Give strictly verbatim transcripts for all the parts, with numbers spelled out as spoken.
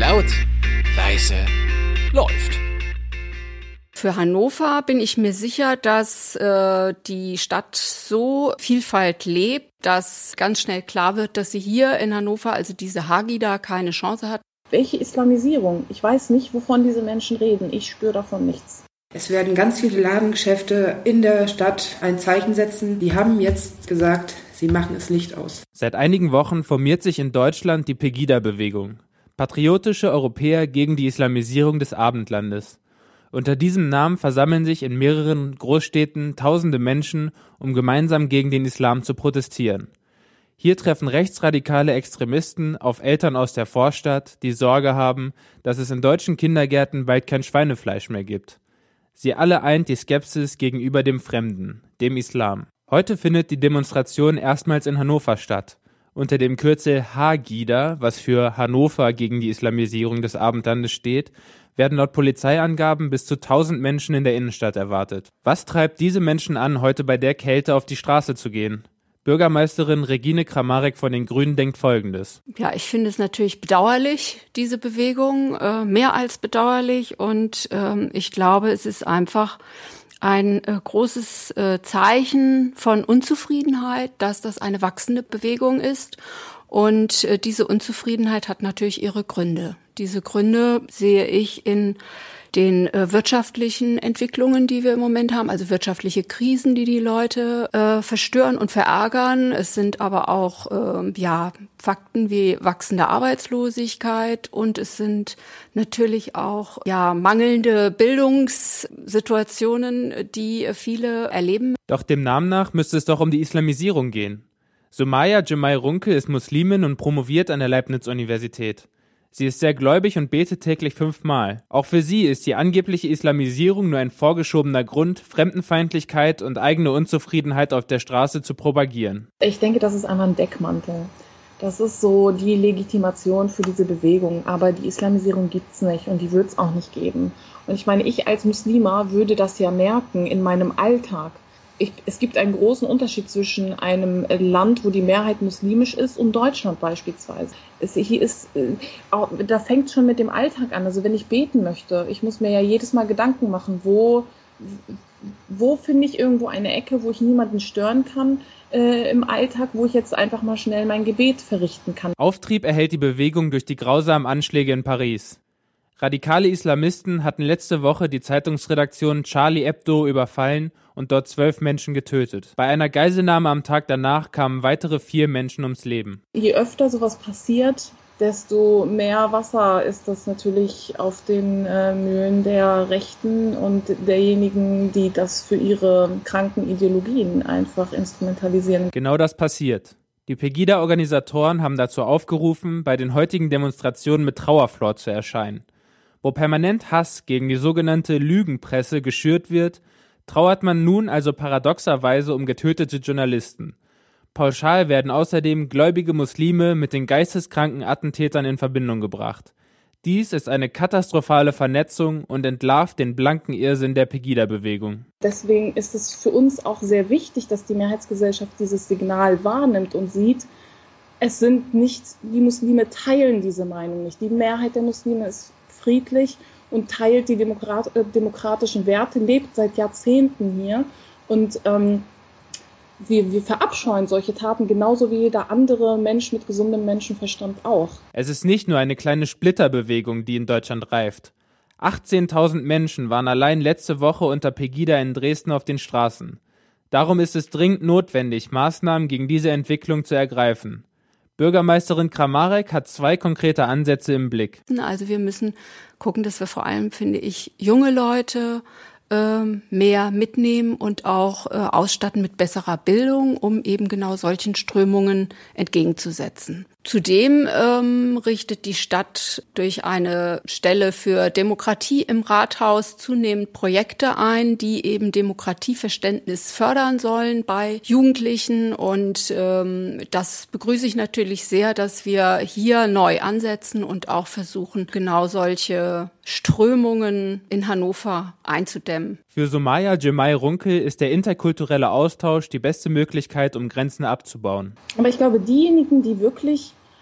Laut, leise, läuft. Für Hannover bin ich mir sicher, dass äh, die Stadt so Vielfalt lebt, dass ganz schnell klar wird, dass sie hier in Hannover, also diese Hagida, keine Chance hat. Welche Islamisierung? Ich weiß nicht, wovon diese Menschen reden. Ich spüre davon nichts. Es werden ganz viele Ladengeschäfte in der Stadt ein Zeichen setzen. Die haben jetzt gesagt, sie machen es nicht aus. Seit einigen Wochen formiert sich in Deutschland die Pegida-Bewegung. Patriotische Europäer gegen die Islamisierung des Abendlandes. Unter diesem Namen versammeln sich in mehreren Großstädten tausende Menschen, um gemeinsam gegen den Islam zu protestieren. Hier treffen rechtsradikale Extremisten auf Eltern aus der Vorstadt, die Sorge haben, dass es in deutschen Kindergärten bald kein Schweinefleisch mehr gibt. Sie alle eint die Skepsis gegenüber dem Fremden, dem Islam. Heute findet die Demonstration erstmals in Hannover statt. Unter dem Kürzel Hagida, was für Hannover gegen die Islamisierung des Abendlandes steht, werden laut Polizeiangaben bis zu tausend Menschen in der Innenstadt erwartet. Was treibt diese Menschen an, heute bei der Kälte auf die Straße zu gehen? Bürgermeisterin Regine Kramarek von den Grünen denkt Folgendes. Ja, ich finde es natürlich bedauerlich, diese Bewegung, äh, mehr als bedauerlich. Und ähm, ich glaube, es ist einfach ein äh, großes äh, Zeichen von Unzufriedenheit, dass das eine wachsende Bewegung ist. Und äh, diese Unzufriedenheit hat natürlich ihre Gründe. Diese Gründe sehe ich in den äh, wirtschaftlichen Entwicklungen, die wir im Moment haben, also wirtschaftliche Krisen, die die Leute äh, verstören und verärgern. Es sind aber auch äh, ja Fakten wie wachsende Arbeitslosigkeit und es sind natürlich auch ja mangelnde Bildungssituationen, die viele erleben. Doch dem Namen nach müsste es doch um die Islamisierung gehen. Somaya Cemay-Runke ist Muslimin und promoviert an der Leibniz-Universität. Sie ist sehr gläubig und betet täglich fünfmal. Auch für sie ist die angebliche Islamisierung nur ein vorgeschobener Grund, Fremdenfeindlichkeit und eigene Unzufriedenheit auf der Straße zu propagieren. Ich denke, das ist einfach ein Deckmantel. Das ist so die Legitimation für diese Bewegung. Aber die Islamisierung gibt's nicht und die wird es auch nicht geben. Und ich meine, ich als Muslima würde das ja merken in meinem Alltag. Ich, es gibt einen großen Unterschied zwischen einem Land, wo die Mehrheit muslimisch ist, und Deutschland beispielsweise. Es, hier ist, auch, das fängt schon mit dem Alltag an. Also wenn ich beten möchte, ich muss mir ja jedes Mal Gedanken machen, wo, wo finde ich irgendwo eine Ecke, wo ich niemanden stören kann äh, im Alltag, wo ich jetzt einfach mal schnell mein Gebet verrichten kann. Auftrieb erhält die Bewegung durch die grausamen Anschläge in Paris. Radikale Islamisten hatten letzte Woche die Zeitungsredaktion Charlie Hebdo überfallen und dort zwölf Menschen getötet. Bei einer Geiselnahme am Tag danach kamen weitere vier Menschen ums Leben. Je öfter sowas passiert, desto mehr Wasser ist das natürlich auf den äh, Mühlen der Rechten und derjenigen, die das für ihre kranken Ideologien einfach instrumentalisieren. Genau das passiert. Die Pegida-Organisatoren haben dazu aufgerufen, bei den heutigen Demonstrationen mit Trauerflor zu erscheinen. Wo permanent Hass gegen die sogenannte Lügenpresse geschürt wird, trauert man nun also paradoxerweise um getötete Journalisten. Pauschal werden außerdem gläubige Muslime mit den geisteskranken Attentätern in Verbindung gebracht. Dies ist eine katastrophale Vernetzung und entlarvt den blanken Irrsinn der Pegida-Bewegung. Deswegen ist es für uns auch sehr wichtig, dass die Mehrheitsgesellschaft dieses Signal wahrnimmt und sieht, es sind nicht, die Muslime teilen diese Meinung nicht. Die Mehrheit der Muslime ist friedlich und teilt die Demokrat, äh, demokratischen Werte, lebt seit Jahrzehnten hier und ähm, wir, wir verabscheuen solche Taten genauso wie jeder andere Mensch mit gesundem Menschenverstand auch. Es ist nicht nur eine kleine Splitterbewegung, die in Deutschland reift. achtzehntausend Menschen waren allein letzte Woche unter Pegida in Dresden auf den Straßen. Darum ist es dringend notwendig, Maßnahmen gegen diese Entwicklung zu ergreifen. Bürgermeisterin Kramarek hat zwei konkrete Ansätze im Blick. Also wir müssen gucken, dass wir vor allem, finde ich, junge Leute ähm, mehr mitnehmen und auch äh, ausstatten mit besserer Bildung, um eben genau solchen Strömungen entgegenzusetzen. Zudem ähm, richtet die Stadt durch eine Stelle für Demokratie im Rathaus zunehmend Projekte ein, die eben Demokratieverständnis fördern sollen bei Jugendlichen. Und ähm, das begrüße ich natürlich sehr, dass wir hier neu ansetzen und auch versuchen, genau solche Strömungen in Hannover einzudämmen. Für Somaya Cemay-Runke ist der interkulturelle Austausch die beste Möglichkeit, um Grenzen abzubauen. Aber ich glaube, diejenigen, die wirklich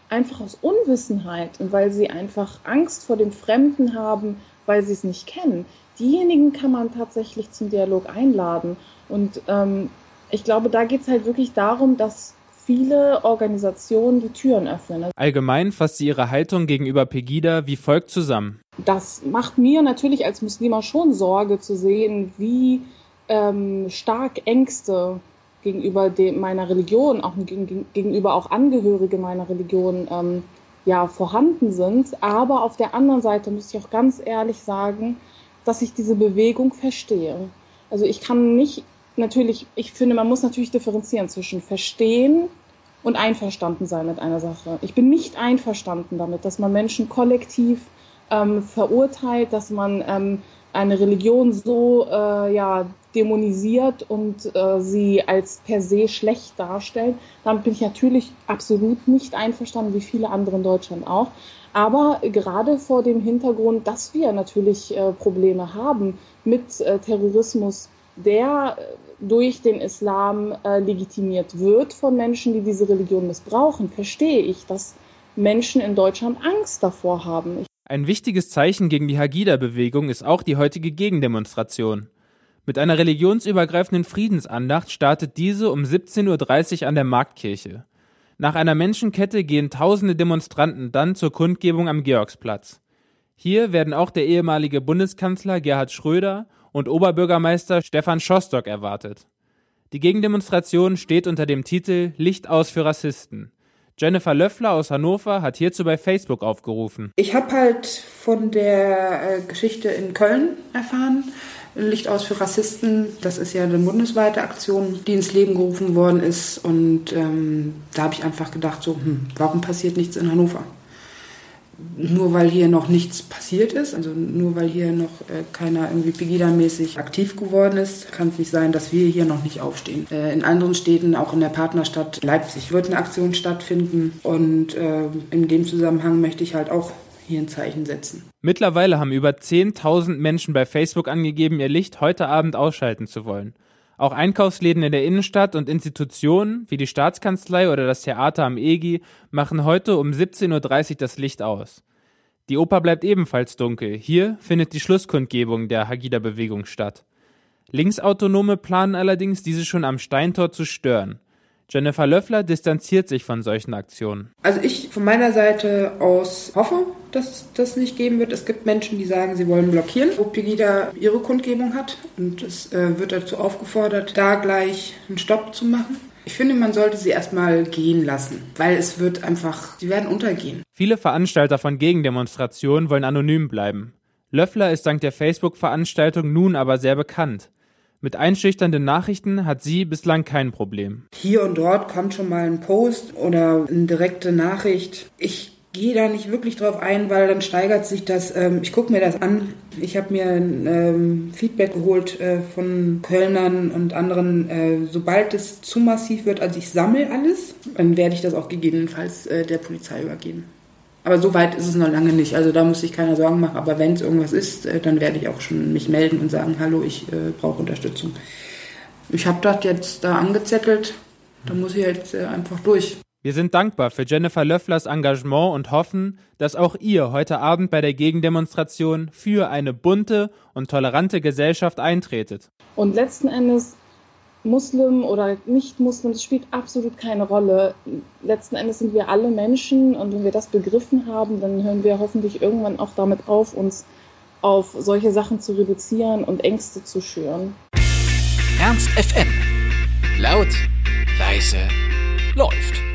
einfach aus Unwissenheit und weil sie einfach Angst vor dem Fremden haben, weil sie es nicht kennen. Diejenigen kann man tatsächlich zum Dialog einladen. Und ähm, ich glaube, da geht es halt wirklich darum, dass viele Organisationen die Türen öffnen. Allgemein fasst sie ihre Haltung gegenüber Pegida wie folgt zusammen. Das macht mir natürlich als Muslima schon Sorge zu sehen, wie ähm, stark Ängste gegenüber dem, meiner Religion, auch gegen, gegenüber auch Angehörige meiner Religion ähm, ja, vorhanden sind. Aber auf der anderen Seite muss ich auch ganz ehrlich sagen, dass ich diese Bewegung verstehe. Also ich kann nicht natürlich, ich finde, man muss natürlich differenzieren zwischen verstehen und einverstanden sein mit einer Sache. Ich bin nicht einverstanden damit, dass man Menschen kollektiv ähm, verurteilt, dass man ähm, eine Religion so äh, ja, dämonisiert und äh, sie als per se schlecht darstellt. Damit bin ich natürlich absolut nicht einverstanden, wie viele andere in Deutschland auch. Aber gerade vor dem Hintergrund, dass wir natürlich äh, Probleme haben mit äh, Terrorismus, der durch den Islam äh, legitimiert wird von Menschen, die diese Religion missbrauchen, verstehe ich, dass Menschen in Deutschland Angst davor haben. Ein wichtiges Zeichen gegen die Hagida-Bewegung ist auch die heutige Gegendemonstration. Mit einer religionsübergreifenden Friedensandacht startet diese um siebzehn Uhr dreißig an der Marktkirche. Nach einer Menschenkette gehen tausende Demonstranten dann zur Kundgebung am Georgsplatz. Hier werden auch der ehemalige Bundeskanzler Gerhard Schröder und Oberbürgermeister Stefan Schostock erwartet. Die Gegendemonstration steht unter dem Titel Licht aus für Rassisten. Jennifer Löffler aus Hannover hat hierzu bei Facebook aufgerufen. Ich habe halt von der äh, Geschichte in Köln erfahren. Licht aus für Rassisten, das ist ja eine bundesweite Aktion, die ins Leben gerufen worden ist. Und ähm, da habe ich einfach gedacht, so, hm, warum passiert nichts in Hannover? Nur weil hier noch nichts passiert ist, also nur weil hier noch äh, keiner irgendwie Pegida-mäßig aktiv geworden ist, kann es nicht sein, dass wir hier noch nicht aufstehen. Äh, in anderen Städten, auch in der Partnerstadt Leipzig, wird eine Aktion stattfinden und äh, in dem Zusammenhang möchte ich halt auch hier ein Zeichen setzen. Mittlerweile haben über zehntausend Menschen bei Facebook angegeben, ihr Licht heute Abend ausschalten zu wollen. Auch Einkaufsläden in der Innenstadt und Institutionen wie die Staatskanzlei oder das Theater am E G I machen heute um siebzehn Uhr dreißig das Licht aus. Die Oper bleibt ebenfalls dunkel. Hier findet die Schlusskundgebung der Hagida-Bewegung statt. Linksautonome planen allerdings, diese schon am Steintor zu stören. Jennifer Löffler distanziert sich von solchen Aktionen. Also ich von meiner Seite aus hoffe, dass es das nicht geben wird. Es gibt Menschen, die sagen, sie wollen blockieren, wo Pegida ihre Kundgebung hat. Und es äh, wird dazu aufgefordert, da gleich einen Stopp zu machen. Ich finde, man sollte sie erstmal gehen lassen, weil es wird einfach, sie werden untergehen. Viele Veranstalter von Gegendemonstrationen wollen anonym bleiben. Löffler ist dank der Facebook-Veranstaltung nun aber sehr bekannt. Mit einschüchternden Nachrichten hat sie bislang kein Problem. Hier und dort kommt schon mal ein Post oder eine direkte Nachricht. Ich gehe da nicht wirklich drauf ein, weil dann steigert sich das. Ähm, ich gucke mir das an. Ich habe mir ähm, Feedback geholt äh, von Kölnern und anderen. Äh, sobald es zu massiv wird, also ich sammle alles, dann werde ich das auch gegebenenfalls äh, der Polizei übergeben. Aber so weit ist es noch lange nicht. Also da muss sich keiner Sorgen machen. Aber wenn es irgendwas ist, äh, dann werde ich auch schon mich melden und sagen, hallo, ich äh, brauche Unterstützung. Ich habe das jetzt da angezettelt. Da muss ich jetzt äh, einfach durch. Wir sind dankbar für Jennifer Löfflers Engagement und hoffen, dass auch ihr heute Abend bei der Gegendemonstration für eine bunte und tolerante Gesellschaft eintretet. Und letzten Endes, Muslim oder Nicht-Muslim, das spielt absolut keine Rolle. Letzten Endes sind wir alle Menschen und wenn wir das begriffen haben, dann hören wir hoffentlich irgendwann auch damit auf, uns auf solche Sachen zu reduzieren und Ängste zu schüren. Ernst F M. Laut, leise, läuft.